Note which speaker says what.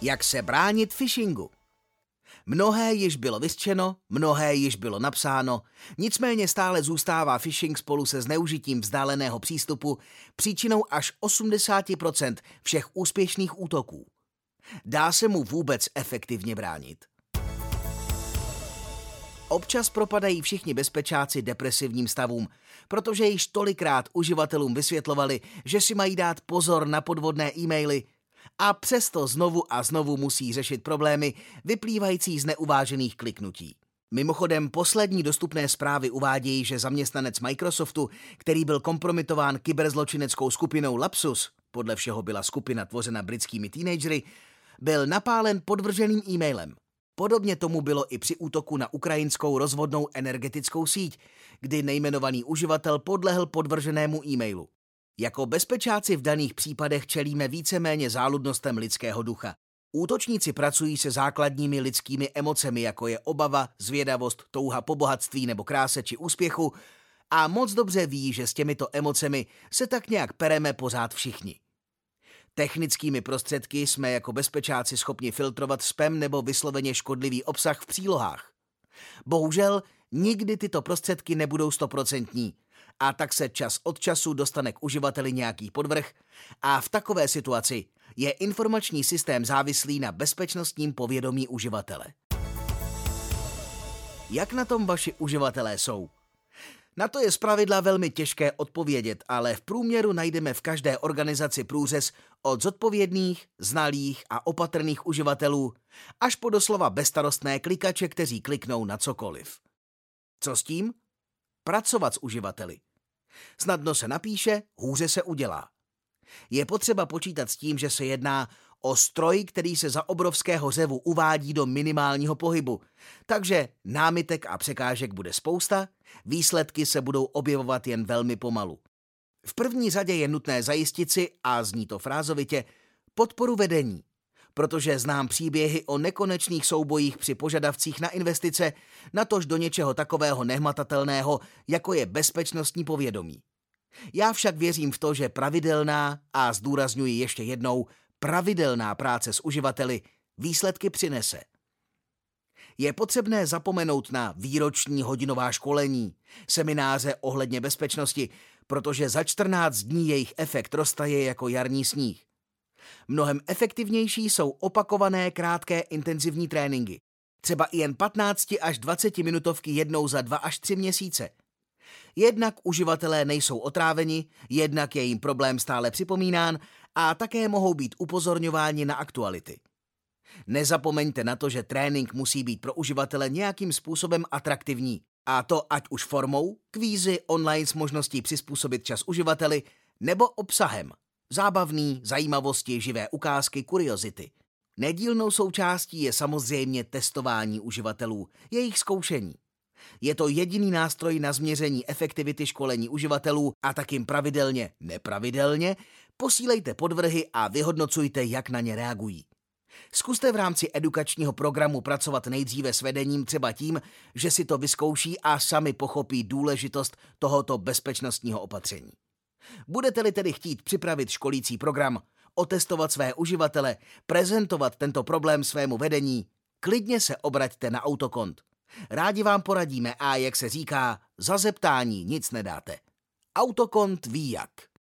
Speaker 1: Jak se bránit phishingu? Mnohé již bylo vyřčeno, mnohé již bylo napsáno, nicméně stále zůstává phishing spolu se zneužitím vzdáleného přístupu příčinou až 80% všech úspěšných útoků. Dá se mu vůbec efektivně bránit? Občas propadají všichni bezpečáci depresivním stavům, protože již tolikrát uživatelům vysvětlovali, že si mají dát pozor na podvodné e-maily, a přesto znovu a znovu musí řešit problémy vyplývající z neuvážených kliknutí. Mimochodem, poslední dostupné zprávy uvádějí, že zaměstnanec Microsoftu, který byl kompromitován kyberzločineckou skupinou Lapsus, podle všeho byla skupina tvořena britskými teenagery, byl napálen podvrženým e-mailem. Podobně tomu bylo i při útoku na ukrajinskou rozvodnou energetickou síť, kdy nejmenovaný uživatel podlehl podvrženému e-mailu. Jako bezpečáci v daných případech čelíme víceméně záludnostem lidského ducha. Útočníci pracují se základními lidskými emocemi, jako je obava, zvědavost, touha po bohatství nebo kráse či úspěchu, a moc dobře ví, že s těmito emocemi se tak nějak pereme pořád všichni. Technickými prostředky jsme jako bezpečáci schopni filtrovat spam nebo vysloveně škodlivý obsah v přílohách. Bohužel nikdy tyto prostředky nebudou 100%, a tak se čas od času dostane k uživateli nějaký podvrh a v takové situaci je informační systém závislý na bezpečnostním povědomí uživatele. Jak na tom vaši uživatelé jsou? Na to je zpravidla velmi těžké odpovědět, ale v průměru najdeme v každé organizaci průřez od zodpovědných, znalých a opatrných uživatelů až po doslova bezstarostné klikače, kteří kliknou na cokoliv. Co s tím? Pracovat s uživateli. Snadno se napíše, hůře se udělá. Je potřeba počítat s tím, že se jedná o stroj, který se za obrovského řevu uvádí do minimálního pohybu, takže námitek a překážek bude spousta, výsledky se budou objevovat jen velmi pomalu. V první řadě je nutné zajistit si, a zní to frázovitě, podporu vedení, protože znám příběhy o nekonečných soubojích při požadavcích na investice, natož do něčeho takového nehmatatelného, jako je bezpečnostní povědomí. Já však věřím v to, že pravidelná, a zdůrazňuji ještě jednou, pravidelná práce s uživateli výsledky přinese. Je potřebné zapomenout na výroční hodinová školení, semináře ohledně bezpečnosti, protože za 14 dní jejich efekt roztaje jako jarní sníh. Mnohem efektivnější jsou opakované krátké intenzivní tréninky, třeba i jen 15 až 20 minutovky jednou za 2 až 3 měsíce. Jednak uživatelé nejsou otráveni, jednak je jim problém stále připomínán a také mohou být upozorňováni na aktuality. Nezapomeňte na to, že trénink musí být pro uživatele nějakým způsobem atraktivní, a to ať už formou, kvízy online s možností přizpůsobit čas uživateli, nebo obsahem, zábavný, zajímavosti, živé ukázky, kuriozity. Nedílnou součástí je samozřejmě testování uživatelů, jejich zkoušení. Je to jediný nástroj na změření efektivity školení uživatelů a tak jim pravidelně, nepravidelně posílejte podvrhy a vyhodnocujte, jak na ně reagují. Zkuste v rámci edukačního programu pracovat nejdříve s vedením třeba tím, že si to vyzkouší a sami pochopí důležitost tohoto bezpečnostního opatření. Budete-li tedy chtít připravit školící program, otestovat své uživatele, prezentovat tento problém svému vedení, klidně se obraťte na Autokont. Rádi vám poradíme a jak se říká, za zeptání nic nedáte. Autokont ví jak.